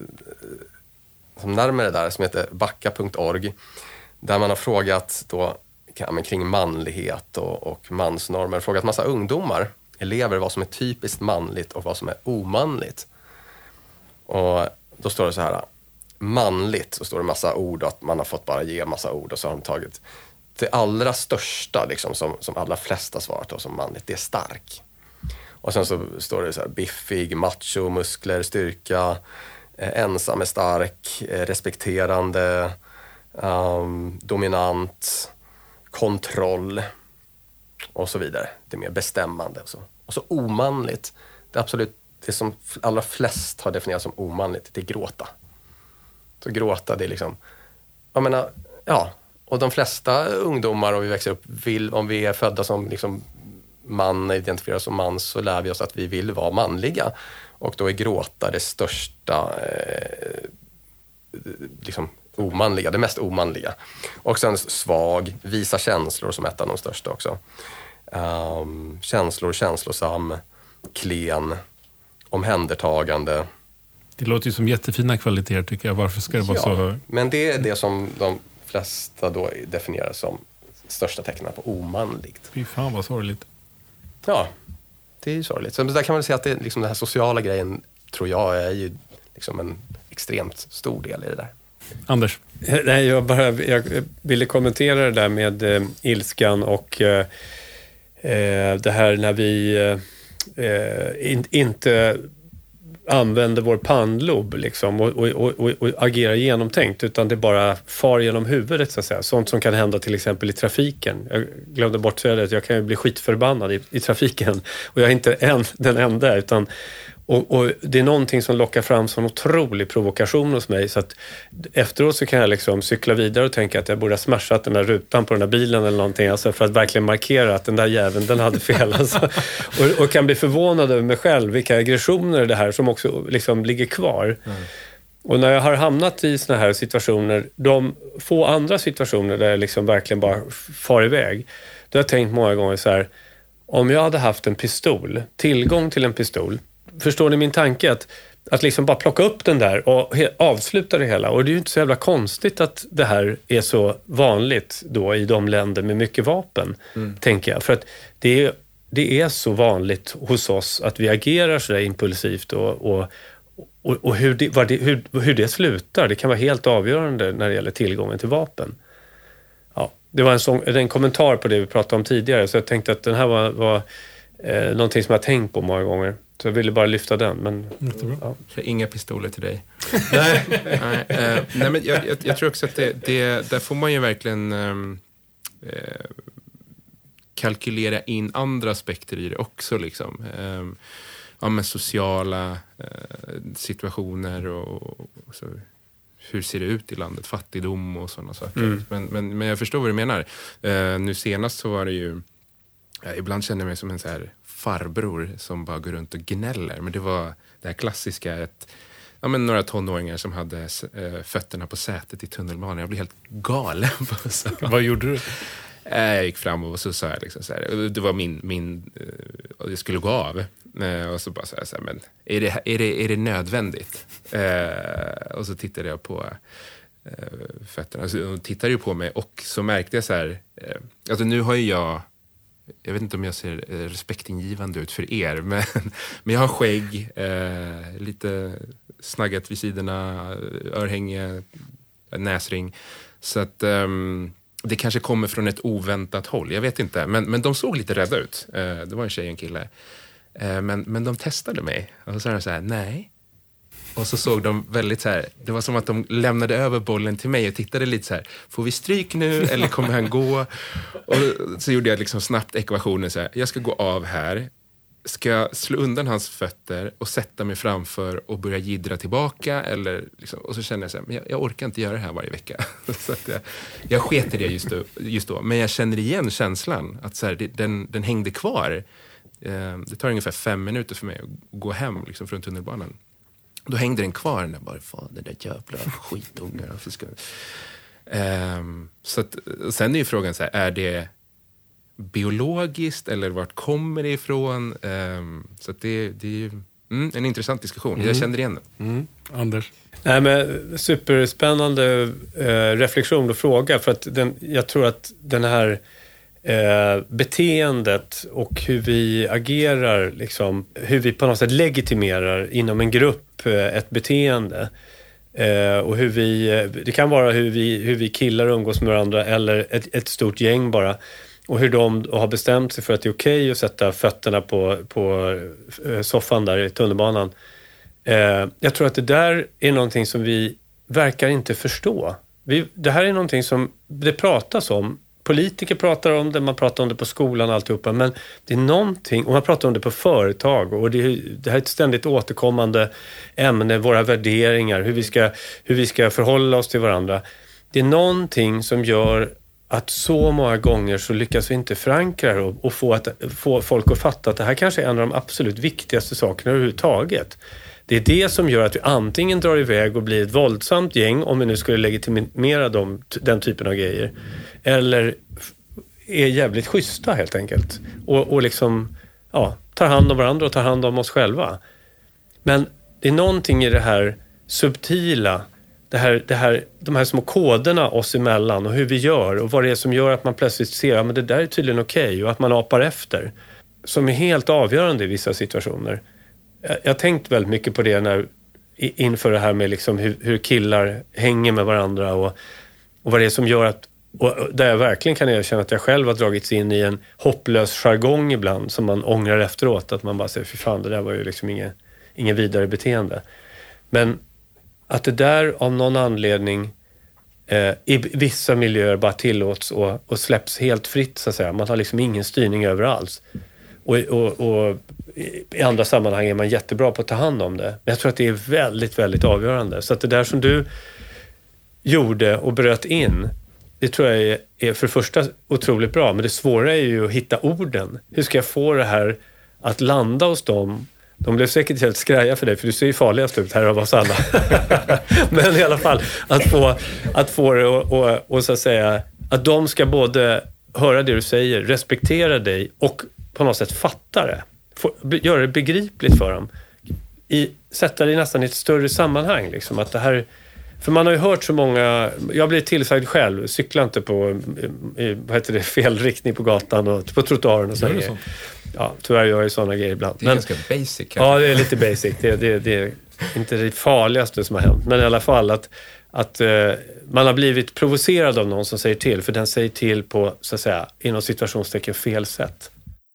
[SPEAKER 2] som närmare där, som heter backa punkt org, där man har frågat då kring manlighet och, och mansnormer. Frågat massa ungdomar, elever, vad som är typiskt manligt och vad som är omanligt. Och då står det så här, manligt, så står det massa ord, att man har fått bara ge massa ord, och så har de tagit det allra största liksom, som, som alla flesta svarat då, som manligt, det är stark. Och sen så står det så här, biffig, macho, muskler, styrka, eh, ensam är stark, eh, respekterande, um, dominant, kontroll och så vidare. Det är mer bestämmande och så. Och så omanligt, det är absolut det som allra flest har definierat som omanligt, det är gråta. Så gråta, det är liksom, jag menar, ja, och de flesta ungdomar, om vi växer upp, vill, om vi är födda som liksom man, identifierar som man, så lär vi oss att vi vill vara manliga. Och då är gråta det största eh, liksom omanliga, det mest omanliga. Och sen svag, visa känslor som ett av de största också. Um, känslor, känslosam, klen, omhändertagande.
[SPEAKER 3] Det låter ju som jättefina kvaliteter tycker jag. Varför ska det vara
[SPEAKER 2] ja,
[SPEAKER 3] så?
[SPEAKER 2] Men det är det som de flesta då definierar som största tecknen på omanligt.
[SPEAKER 3] Fy fan vad sorgligt.
[SPEAKER 2] Ja, det är ju sorgligt. Så där kan man säga att det, liksom den här sociala grejen tror jag är ju liksom en extremt stor del i det där.
[SPEAKER 3] Anders?
[SPEAKER 1] Nej, jag bara jag ville kommentera det där med eh, ilskan och eh, det här när vi eh, in, inte använder vår pannlob liksom, och, och, och, och agerar genomtänkt, utan det bara far genom huvudet så att säga. Sånt som kan hända till exempel i trafiken. Jag glömde bort säga det, att jag kan ju bli skitförbannad i, i trafiken, och jag är inte en, den enda, utan Och, och det är någonting som lockar fram sån otrolig provokation hos mig, så att efteråt så kan jag liksom cykla vidare och tänka att jag borde ha smashat den där rutan på den där bilen eller någonting, alltså för att verkligen markera att den där jäveln, den hade fel alltså. och, och kan bli förvånad över mig själv, vilka aggressioner det här som också liksom ligger kvar. Mm. Och när jag har hamnat i såna här situationer, de få andra situationer där jag liksom verkligen bara far iväg, då har jag tänkt många gånger så här: om jag hade haft en pistol, tillgång till en pistol, förstår ni min tanke? Att, att liksom bara plocka upp den där och he- avsluta det hela. Och det är ju inte så jävla konstigt att det här är så vanligt då i de länder med mycket vapen, mm. tänker jag. För att det är, det är så vanligt hos oss att vi agerar så där impulsivt, och, och, och, och hur, det, vad det, hur, hur det slutar, det kan vara helt avgörande när det gäller tillgången till vapen. Ja, det var en, sån, en kommentar på det vi pratade om tidigare, så jag tänkte att den här var, var eh, någonting som jag tänkt på många gånger. Så jag ville bara lyfta den. Men,
[SPEAKER 5] ja. Inga pistoler till dig. nej, nej, eh, nej, men jag, jag, jag tror också att det, det, där får man ju verkligen eh, kalkylera in andra aspekter i det också. Liksom. Eh, ja, med sociala eh, situationer och, och så, hur ser det ut i landet? Fattigdom och sådana saker. Mm. Men, men, men jag förstår vad du menar. Eh, nu senast så var det ju... Ja, ibland känner jag mig som en så här farbror som bara går runt och gnäller. Men det var det här klassiska, ett, ja, men några tonåringar som hade äh, fötterna på sätet i tunnelbanan. Jag blev helt galen. På så.
[SPEAKER 3] Vad gjorde du?
[SPEAKER 5] Jag gick fram och så sa jag liksom så här, det var min, min och det skulle gå av. Och så bara så här, så här men är det, är det, är det nödvändigt? Och så tittade jag på fötterna. Alltså, de tittade ju på mig, och så märkte jag så här, alltså nu har ju jag, jag vet inte om jag ser respektingivande ut för er, men, men jag har skägg, eh, lite snaggat vid sidorna, örhänge, näsring. Så att um, det kanske kommer från ett oväntat håll, jag vet inte. Men, men de såg lite rädda ut. Eh, det var en tjej och en kille. Eh, men, men de testade mig. Och så sa de så här, nej. Och så såg de väldigt så här, det var som att de lämnade över bollen till mig och tittade lite så här, får vi stryk nu eller kommer han gå? Och så gjorde jag liksom snabbt ekvationen så här, jag ska gå av här, ska jag slå undan hans fötter och sätta mig framför och börja gidra tillbaka, eller liksom, och så kände jag så här, men jag, jag orkar inte göra det här varje vecka. Så att jag, jag sket i det just då, just då, men jag känner igen känslan att så här, det, den, den hängde kvar. Eh, det tar ungefär fem minuter för mig att gå hem liksom från tunnelbanan. Då hängde den kvar, den där bara, fan, det där jävla skitungar. Ska... Um, så att, sen är ju frågan så här, är det biologiskt eller vart kommer det ifrån? Um, så att det, det är ju mm, en intressant diskussion. Mm. Jag känner igen den.
[SPEAKER 3] Mm. Anders?
[SPEAKER 1] Nej, men superspännande eh, reflektion och fråga, för att den, jag tror att den här Eh, beteendet och hur vi agerar, liksom, hur vi på något sätt legitimerar inom en grupp eh, ett beteende, eh, och hur vi, det kan vara hur vi, hur vi killar umgås med varandra eller ett, ett stort gäng bara, och hur de har bestämt sig för att det är okej att sätta fötterna på, på soffan där i tunnelbanan. Eh, jag tror att det där är någonting som vi verkar inte förstå. Vi, det här är någonting som det pratas om. Politiker pratar om det, man pratar om det på skolan och alltihopa, men det är någonting, och man pratar om det på företag, och det, det här är ett ständigt återkommande ämne, våra värderingar, hur vi ska, hur vi ska förhålla oss till varandra. Det är någonting som gör att så många gånger så lyckas vi inte förankra det och, och få, att, få folk att fatta att det här kanske är en av de absolut viktigaste sakerna överhuvudtaget. Det Det är det som gör att vi antingen drar iväg och blir ett våldsamt gäng, om vi nu skulle legitimera dem, den typen av grejer, eller är jävligt schyssta helt enkelt. Och, och liksom, ja, tar hand om varandra och tar hand om oss själva. Men det är någonting i det här subtila, det här, det här, de här små koderna oss emellan och hur vi gör och vad det är som gör att man plötsligt ser att ja, det där är tydligen okej okay, och att man apar efter, som är helt avgörande i vissa situationer. Jag, jag har tänkt väldigt mycket på det när, inför det här med liksom hur, hur killar hänger med varandra och, och vad det är som gör att, och där jag verkligen kan erkänna att jag själv har dragits in i en hopplös jargong ibland som man ångrar efteråt, att man bara säger, fy fan, det där var ju liksom ingen, ingen vidare beteende. Men att det där av någon anledning eh, i vissa miljöer bara tillåts och, och släpps helt fritt, så att säga. Man har liksom ingen styrning över alls. Och, och, och i andra sammanhang är man jättebra på att ta hand om det. Men jag tror att det är väldigt, väldigt avgörande. Så att det där som du gjorde och bröt in, det tror jag är, är för det första otroligt bra. Men det svåra är ju att hitta orden. Hur ska jag få det här att landa hos dem? De blev säkert helt skräja för dig, för du ser ju farligast ut här av oss alla. Men i alla fall, att få, att få det och, och, och så att säga, att de ska både höra det du säger, respektera dig och på något sätt fatta det. Få, göra det begripligt för dem. I, sätta det nästan i ett större sammanhang. Liksom, att det här, för man har ju hört så många, jag blir tillsagd själv, cykla inte på i, vad heter det, fel riktning på gatan och på trottoaren och så. Ja, tyvärr gör jag ju sådana grejer ibland.
[SPEAKER 5] Det är men, ganska basic. Kanske.
[SPEAKER 1] Ja, det är lite basic. Det, det, det är inte det farligaste som har hänt. Men i alla fall att, att uh, man har blivit provocerad av någon som säger till. För den säger till på, så att säga, inom situationstecken fel sätt.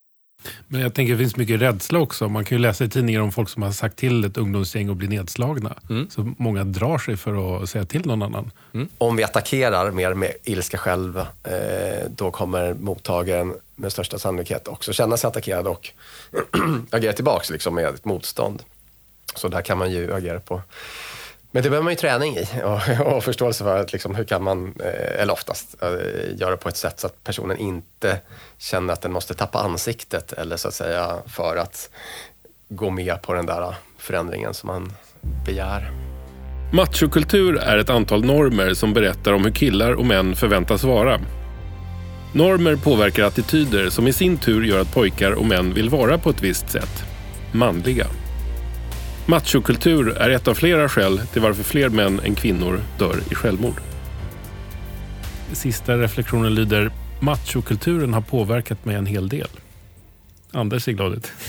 [SPEAKER 3] Men jag tänker att det finns mycket rädsla också. Man kan ju läsa i tidningar om folk som har sagt till ett ungdomsgäng och blir nedslagna. Mm. Så många drar sig för att säga till någon annan.
[SPEAKER 2] Mm. Om vi attackerar mer med ilska själva, eh, då kommer mottagaren med största sannolikhet också känna sig attackerad och agera tillbaka liksom, med ett motstånd. Så där kan man ju agera på. Men det behöver man ju träning i och, och förståelse för att liksom, hur kan man, eller oftast, göra på ett sätt så att personen inte känner att den måste tappa ansiktet eller så att säga för att gå med på den där förändringen som man begär.
[SPEAKER 3] Machokultur är ett antal normer som berättar om hur killar och män förväntas vara. Normer påverkar attityder som i sin tur gör att pojkar och män vill vara på ett visst sätt. Manliga. Machokultur är ett av flera skäl till varför fler män än kvinnor dör i självmord. Sista reflektionen lyder: machokulturen har påverkat mig en hel del. Anders ser glad ut.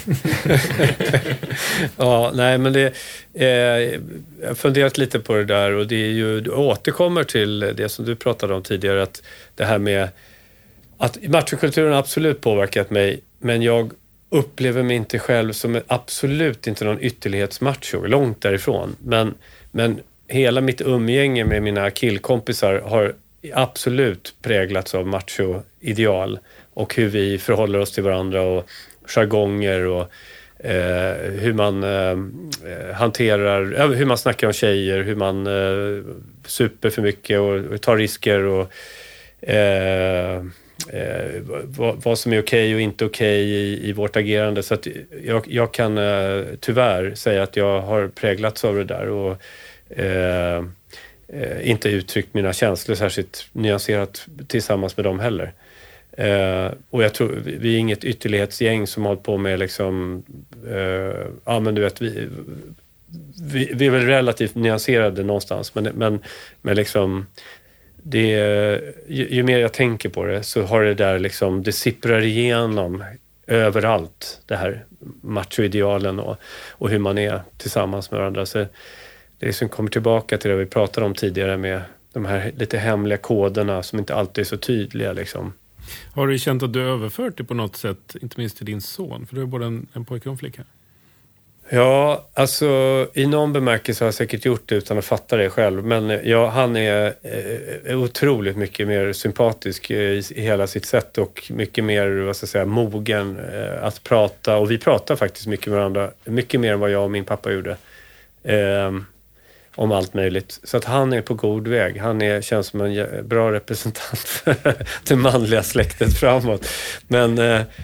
[SPEAKER 1] Ja, nej men det eh, jag har funderat lite på det där och det är ju, du återkommer till det som du pratade om tidigare, att det här med att machokulturen har absolut påverkat mig, men jag upplever mig inte själv som absolut inte någon ytterlighetsmacho, långt därifrån. Men, men hela mitt umgänge med mina killkompisar har absolut präglats av macho-ideal och hur vi förhåller oss till varandra och jargonger och eh, hur man eh, hanterar, hur man snackar om tjejer, hur man eh, super för mycket och, och tar risker och eh, Eh, vad, vad som är okej och inte okej i, i vårt agerande. Så att jag, jag kan eh, tyvärr säga att jag har präglats av det där och eh, eh, inte uttryckt mina känslor särskilt nyanserat tillsammans med dem heller. Eh, och jag tror vi är inget ytterlighetsgäng som håller på med liksom eh, ja men du vet vi, vi, vi är väl relativt nyanserade någonstans, men, men, men liksom det, ju, ju mer jag tänker på det så har det där liksom, det sipprar igenom överallt, det här machoidealen och, och hur man är tillsammans med varandra. Så det som kommer tillbaka till det vi pratade om tidigare med de här lite hemliga koderna som inte alltid är så tydliga liksom.
[SPEAKER 3] Har du känt att du överfört det på något sätt, inte minst till din son? För du är både en, en pojke och en flicka.
[SPEAKER 1] Ja, alltså i någon bemärkelse har jag säkert gjort det utan att fatta det själv. Men ja, han är eh, otroligt mycket mer sympatisk i, i hela sitt sätt och mycket mer, vad ska jag säga, mogen eh, att prata. Och vi pratar faktiskt mycket med varandra, mycket mer än vad jag och min pappa gjorde. Eh, om allt möjligt. Så att han är på god väg. Han är, känns som en bra representant för det manliga släktet framåt. Men... Eh,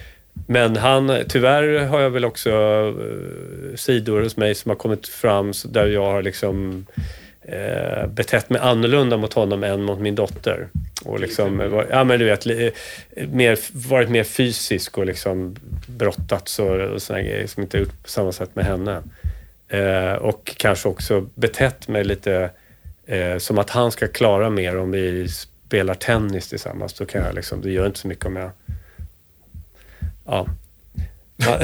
[SPEAKER 1] Men han, tyvärr har jag väl också uh, sidor hos mig som har kommit fram där jag har liksom uh, betett mig annorlunda mot honom än mot min dotter. Och liksom, var, ja men du vet, mer, varit mer fysisk och liksom brottats och, och såna grejer som inte gjort på samma sätt med henne. Uh, och kanske också betett mig lite uh, som att han ska klara mer om vi spelar tennis tillsammans. Då kan jag liksom, det gör inte så mycket om jag... Ja. Han,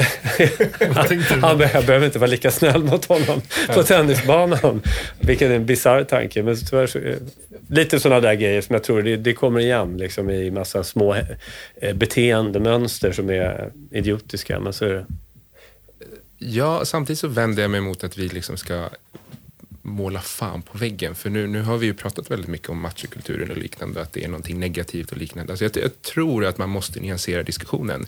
[SPEAKER 1] han behöver inte vara lika snäll mot honom på tennisbanan. Vilket är en bizarr tanke. Men tyvärr så, lite sådana där grejer som jag tror det, det kommer igen liksom, i massa små eh, beteendemönster som är idiotiska. Men så är det.
[SPEAKER 5] Ja, samtidigt så vänder jag mig mot att vi liksom ska måla fan på väggen. För nu, nu har vi ju pratat väldigt mycket om machokulturen och liknande, att det är någonting negativt och liknande. Alltså jag, jag tror att man måste nyansera diskussionen.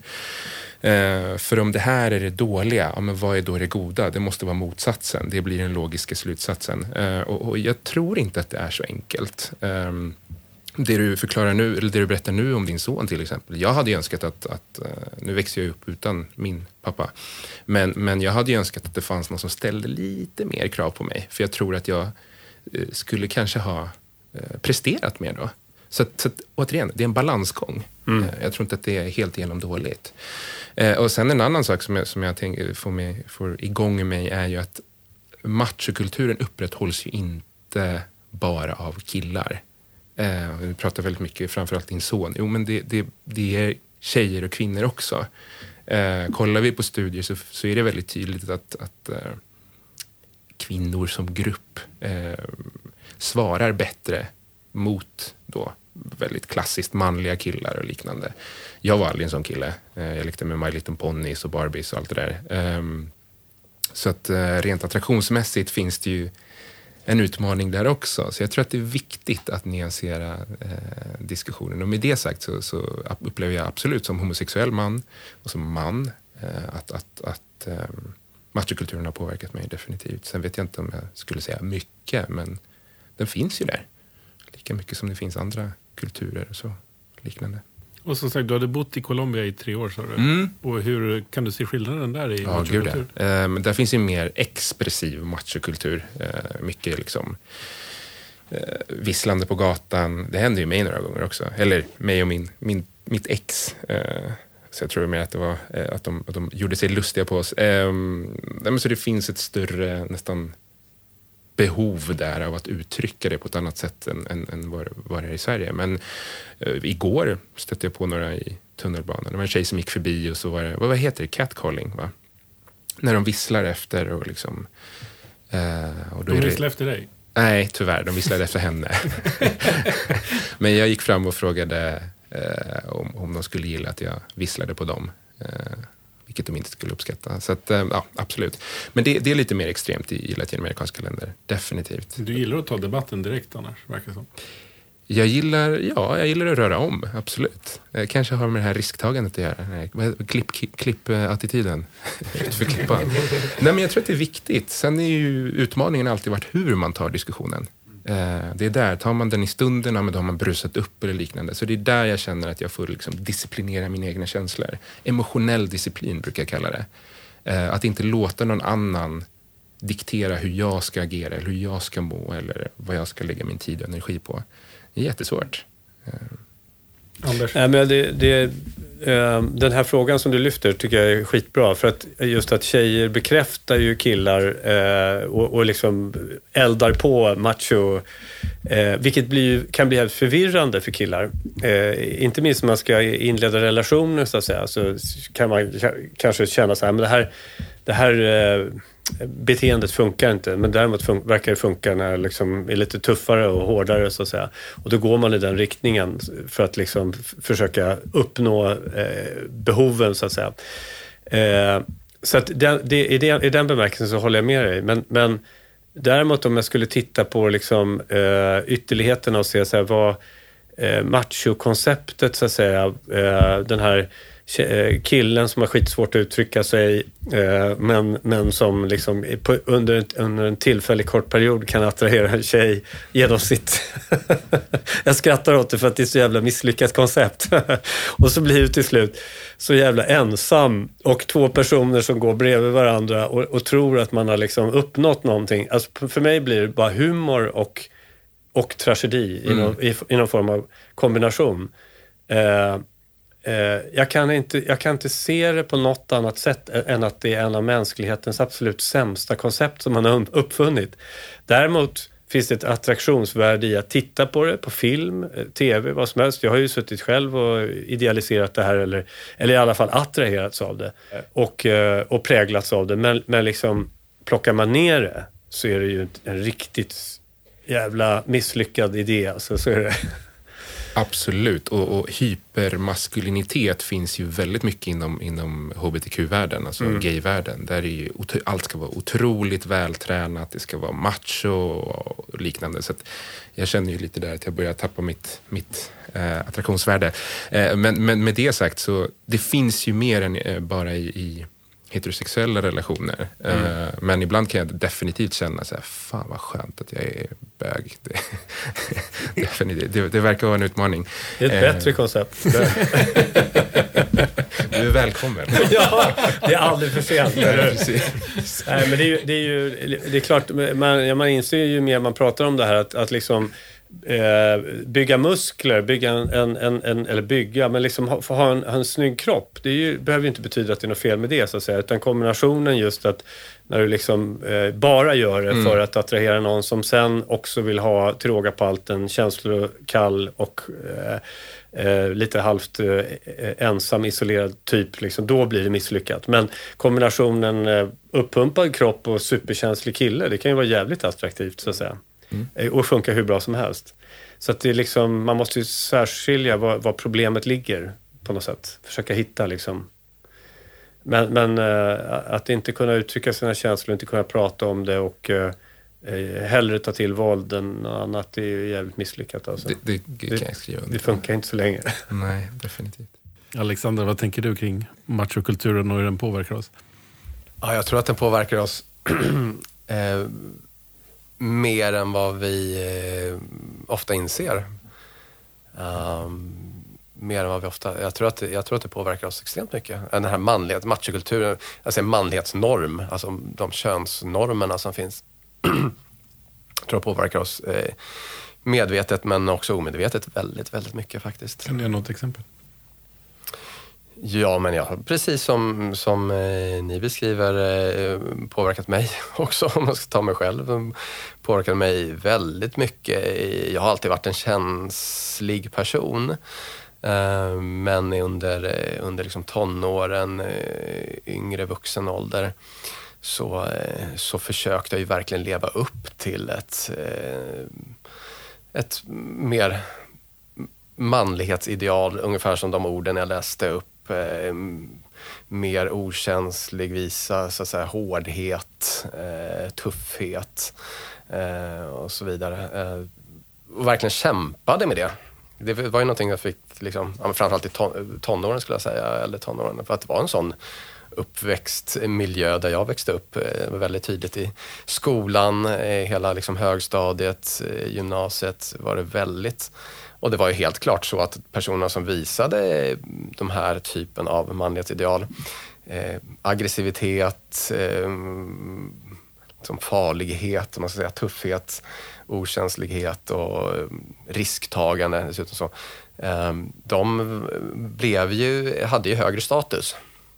[SPEAKER 5] Eh, för om det här är det dåliga, ja, men vad är då det goda? Det måste vara motsatsen. Det blir den logiska slutsatsen. Eh, och, och jag tror inte att det är så enkelt. Eh, det du förklarar nu, eller det du berättar nu om din son till exempel. Jag hade ju önskat att, att nu växer jag upp utan min pappa. Men, men jag hade ju önskat att det fanns någon som ställde lite mer krav på mig. För jag tror att jag skulle kanske ha presterat mer då. Så, att, så att, återigen, det är en balansgång. Mm. Jag tror inte att det är helt igenom dåligt. Och sen en annan sak som jag, som jag tänker får, mig, får igång mig är ju att machokulturen upprätthålls ju inte bara av killar. Eh, vi pratar väldigt mycket, framförallt din son. Jo, men det, det, det är tjejer och kvinnor också. Eh, kollar vi på studier så, så är det väldigt tydligt att, att eh, kvinnor som grupp eh, svarar bättre mot då väldigt klassiskt manliga killar och liknande. Jag var aldrig en sån kille. Eh, jag lekte med My Little Ponies och Barbies och allt det där. Eh, så att eh, rent attraktionsmässigt finns det ju en utmaning där också. Så jag tror att det är viktigt att nyansera eh, diskussionen. Och med det sagt så, så upplever jag absolut som homosexuell man och som man eh, att, att, att eh, machokulturen har påverkat mig definitivt. Sen vet jag inte om jag skulle säga mycket, men den finns ju där. Lika mycket som det finns andra kulturer och så liknande.
[SPEAKER 3] Och som sagt, du hade bott i Colombia i tre år, sa du.
[SPEAKER 5] Mm.
[SPEAKER 3] Och hur kan du se skillnaden där i
[SPEAKER 5] ja,
[SPEAKER 3] machokultur?
[SPEAKER 5] Ja, eh, men där finns ju mer expressiv machokultur. Eh, mycket liksom eh, visslande på gatan. Det hände ju mig några gånger också. Eller mig och min, min, mitt ex. Eh, så jag tror mer att det var eh, att, de, att de gjorde sig lustiga på oss. Eh, men så det finns ett större nästan behov där av att uttrycka det på ett annat sätt än, än, än vad, vad det är i Sverige. Men eh, igår stötte jag på några i tunnelbanan. Det var en tjej som gick förbi och så var det, vad, vad heter det? Catcalling, va? När de visslar efter och liksom... Eh, och då
[SPEAKER 3] de
[SPEAKER 5] är det,
[SPEAKER 3] visslar efter dig?
[SPEAKER 5] Nej, tyvärr. De visslade efter henne. Men jag gick fram och frågade eh, om, om de skulle gilla att jag visslade på dem. Eh, vilket de inte skulle uppskatta. Så att, ja, absolut. Men det, det är lite mer extremt i, i latinamerikanska länder. Definitivt.
[SPEAKER 3] Du gillar att ta debatten direkt annars, verkar det som. Jag
[SPEAKER 5] gillar, ja, jag gillar att röra om, absolut. Jag kanske har med det här risktagandet att göra. Nej, klipp, klipp-attityden. För klippa. Nej, men jag tror att det är viktigt. Sen är ju utmaningen alltid varit hur man tar diskussionen. Det är där, tar man den i stunden, men då har man brusat upp eller liknande. Så det är där jag känner att jag får liksom disciplinera mina egna känslor. Emotionell disciplin brukar jag kalla det. Att inte låta någon annan diktera hur jag ska agera, eller hur jag ska må, eller vad jag ska lägga min tid och energi på. Det är jättesvårt.
[SPEAKER 1] Anders? Ja, men det, det, den här frågan som du lyfter tycker jag är skitbra. För att just att tjejer bekräftar ju killar och, och liksom eldar på macho. Vilket blir, kan bli helt förvirrande för killar. Inte minst när man ska inleda relationer så att säga. Så kan man kanske känna så här, men det här, det här beteendet funkar inte, men däremot fun- verkar det funka när det liksom är lite tuffare och hårdare så att säga. Och då går man i den riktningen för att liksom f- försöka uppnå eh, behoven så att säga. Eh, så att den, det, i, den, i den bemärkelsen så håller jag med dig. Men, men däremot om jag skulle titta på liksom, eh, ytterligheterna och se så här, vad eh, macho-konceptet så att säga, eh, den här killen som har skitsvårt att uttrycka sig eh, men, men som liksom på, under, under en tillfällig kort period kan attrahera en tjej genom sitt... Jag skrattar åt det för att det är så jävla misslyckat koncept. Och så blir det till slut så jävla ensam och två personer som går bredvid varandra och, och tror att man har liksom uppnått någonting. Alltså för mig blir det bara humor och, och tragedi mm. i, någon, i, i någon form av kombination. Eh, eh, jag, kan inte, jag kan inte se det på något annat sätt än att det är en av mänsklighetens absolut sämsta koncept som man har uppfunnit. Däremot finns det ett attraktionsvärde i att titta på det på film, tv, vad som helst. Jag har ju suttit själv och idealiserat det här eller, eller i alla fall attraherats av det och, och präglats av det. Men, men liksom plockar man ner det så är det ju en riktigt jävla misslyckad idé. Alltså, så är det.
[SPEAKER 5] Absolut, och, och hypermaskulinitet finns ju väldigt mycket inom, inom H B T Q-världen, alltså mm. gay-världen. Där är ju, allt ska vara otroligt vältränat, det ska vara macho och liknande. Så att jag känner ju lite där att jag börjar tappa mitt, mitt eh, attraktionsvärde. Eh, men, men med det sagt så, det finns ju mer än eh, bara i... i heterosexuella relationer. Mm. Uh, men ibland kan jag definitivt känna så här, fan vad skönt att jag är bög. Det, definitivt. Det, det verkar vara en utmaning.
[SPEAKER 1] Det är ett uh, bättre koncept.
[SPEAKER 5] Du är välkommen.
[SPEAKER 1] Ja, det är aldrig för sent. Nej, Nej, men det är ju, det är ju det är klart, man, man inser ju mer man pratar om det här att, att liksom Eh, bygga muskler, bygga en, en, en, en eller bygga, men liksom ha, ha, en, ha en snygg kropp. Det är ju, behöver ju inte betyda att det är något fel med det så att säga, utan kombinationen just att när du liksom eh, bara gör det mm. för att attrahera någon som sen också vill ha till råga på allt en känslokall och eh, eh, lite halvt eh, ensam, isolerad typ, liksom, då blir det misslyckat. Men kombinationen eh, uppumpad kropp och superkänslig kille, det kan ju vara jävligt attraktivt så att säga. Mm. Och funkar hur bra som helst. Så att det är liksom, man måste ju särskilja var, var problemet ligger på något sätt. Försöka hitta liksom. Men, men äh, att inte kunna uttrycka sina känslor, inte kunna prata om det och äh, hellre ta till våld än något annat, det är ju jävligt misslyckat. Alltså.
[SPEAKER 5] Det, det, det, kan jag skriva
[SPEAKER 1] det funkar inte så länge.
[SPEAKER 5] Nej, definitivt.
[SPEAKER 3] Alexander, vad tänker du kring machokulturen och hur den påverkar oss?
[SPEAKER 2] Ja, jag tror att den påverkar oss eh, mer än vad vi eh, ofta inser. Um, mer än vad vi ofta... Jag tror, att det, jag tror att det påverkar oss extremt mycket. Den här manlighet, machokulturen, alltså manlighetsnorm, alltså de könsnormerna som finns. Jag tror det påverkar oss eh, medvetet men också omedvetet väldigt, väldigt mycket faktiskt.
[SPEAKER 3] Kan du ge något exempel?
[SPEAKER 2] Ja, men jag har precis som, som eh, ni beskriver eh, påverkat mig också, om jag ska ta mig själv. Påverkat mig väldigt mycket. Jag har alltid varit en känslig person. Eh, men under, eh, under liksom tonåren, eh, yngre vuxen ålder, så, eh, så försökte jag ju verkligen leva upp till ett, eh, ett mer manlighetsideal, ungefär som de orden jag läste upp. Eh, mer okänslig, visa så att säga hårdhet, eh, tuffhet eh, och så vidare. Eh, och verkligen kämpade med det. Det var ju någonting jag fick liksom, ja, framförallt i ton- tonåren skulle jag säga, eller tonåren, för att det var en sån uppväxtmiljö där jag växte upp. Det var väldigt tydligt i skolan, hela liksom högstadiet, gymnasiet var det väldigt. Och det var ju helt klart så att personer som visade de här typen av manlighetsideal, eh, aggressivitet, eh, som farlighet, man ska säga, tuffhet, okänslighet och risktagande dessutom så, eh, de blev ju, hade ju högre status.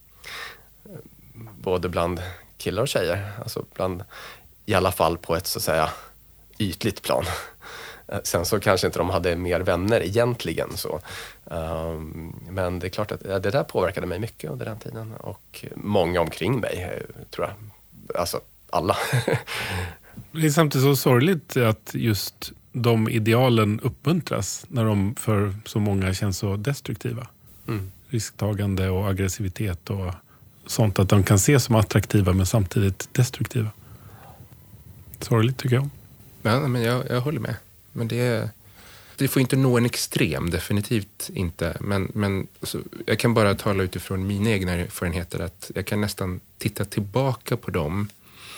[SPEAKER 2] Både bland killar och tjejer, alltså bland, i alla fall på ett så att säga ytligt plan. Sen så kanske inte de hade mer vänner egentligen så. Um, men det är klart att det där påverkade mig mycket under den tiden. Och många omkring mig, tror jag. Alltså, alla.
[SPEAKER 3] Det är samtidigt så sorgligt att just de idealen uppmuntras när de för så många känns så destruktiva. Mm. Risktagande och aggressivitet och sånt, att de kan ses som attraktiva men samtidigt destruktiva. Sorgligt tycker jag.
[SPEAKER 5] Ja, men jag, jag håller med. Men det är, det får inte nå en extrem, definitivt inte. Men, men så, jag kan bara tala utifrån mina egna erfarenheter att jag kan nästan titta tillbaka på dem.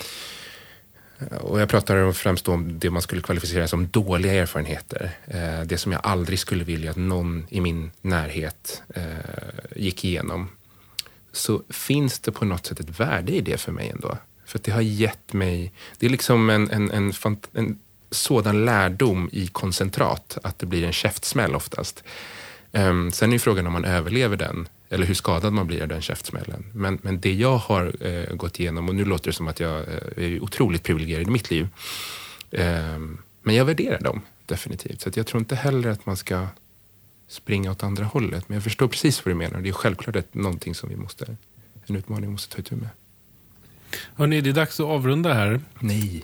[SPEAKER 5] Och jag pratar främst om det man skulle kvalificera som dåliga erfarenheter. Eh, det som jag aldrig skulle vilja att någon i min närhet eh, gick igenom. Så finns det på något sätt ett värde i det för mig ändå. För att det har gett mig, det är liksom en, en, en, fant, en sådan lärdom i koncentrat att det blir en käftsmäll oftast. Um, sen är ju frågan om man överlever den eller hur skadad man blir av den käftsmällen. Men, men det jag har uh, gått igenom, och nu låter det som att jag uh, är otroligt privilegierad i mitt liv. Um, men jag värderar dem definitivt. Så att jag tror inte heller att man ska springa åt andra hållet. Men jag förstår precis vad du menar. Det är självklart ett, någonting som vi måste, en utmaning vi måste ta itu med.
[SPEAKER 3] Hörrni, det är dags att avrunda här.
[SPEAKER 5] Nej.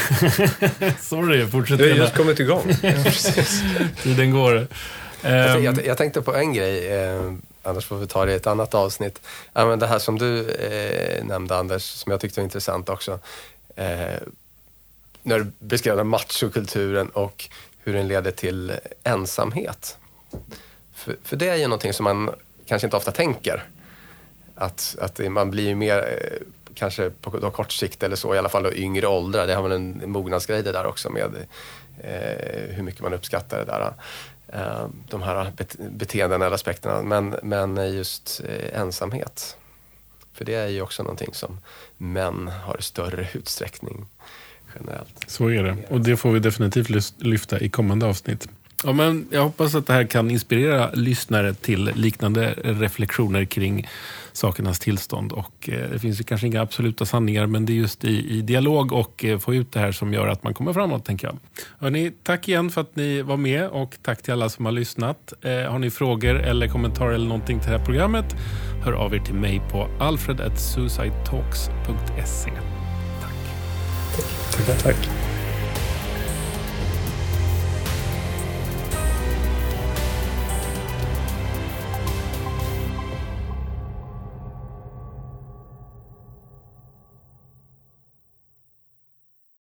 [SPEAKER 3] Sorry, fortsätt.
[SPEAKER 1] Du har just kommit igång.
[SPEAKER 3] Tiden går. Um,
[SPEAKER 2] jag, jag, jag tänkte på en grej, eh, annars får vi ta det i ett annat avsnitt. Ja, men det här som du eh, nämnde, Anders, som jag tyckte var intressant också. Eh, när du beskrev den machokulturen och hur den leder till ensamhet. För, för det är ju någonting som man kanske inte ofta tänker. Att, att man blir ju mer... Eh, kanske på då kort sikt eller så, i alla fall då yngre åldrar. Det har väl en mognadsgrej det där också med eh, hur mycket man uppskattar det där. Eh, de här bet- beteenden eller aspekterna. Men, men just eh, ensamhet. För det är ju också någonting som män har i större utsträckning generellt.
[SPEAKER 3] Så är det. Och det får vi definitivt lyfta i kommande avsnitt. Ja, men jag hoppas att det här kan inspirera lyssnare till liknande reflektioner kring sakernas tillstånd. Och eh, det finns ju kanske inga absoluta sanningar, men det är just i, i dialog och eh, få ut det här som gör att man kommer framåt, tänker jag. Hörrni, tack igen för att ni var med och tack till alla som har lyssnat. Eh, har ni frågor eller kommentarer eller någonting till det här programmet, hör av er till mig på alfred at suicide talks punkt se. Tack.
[SPEAKER 1] Tack. Tack.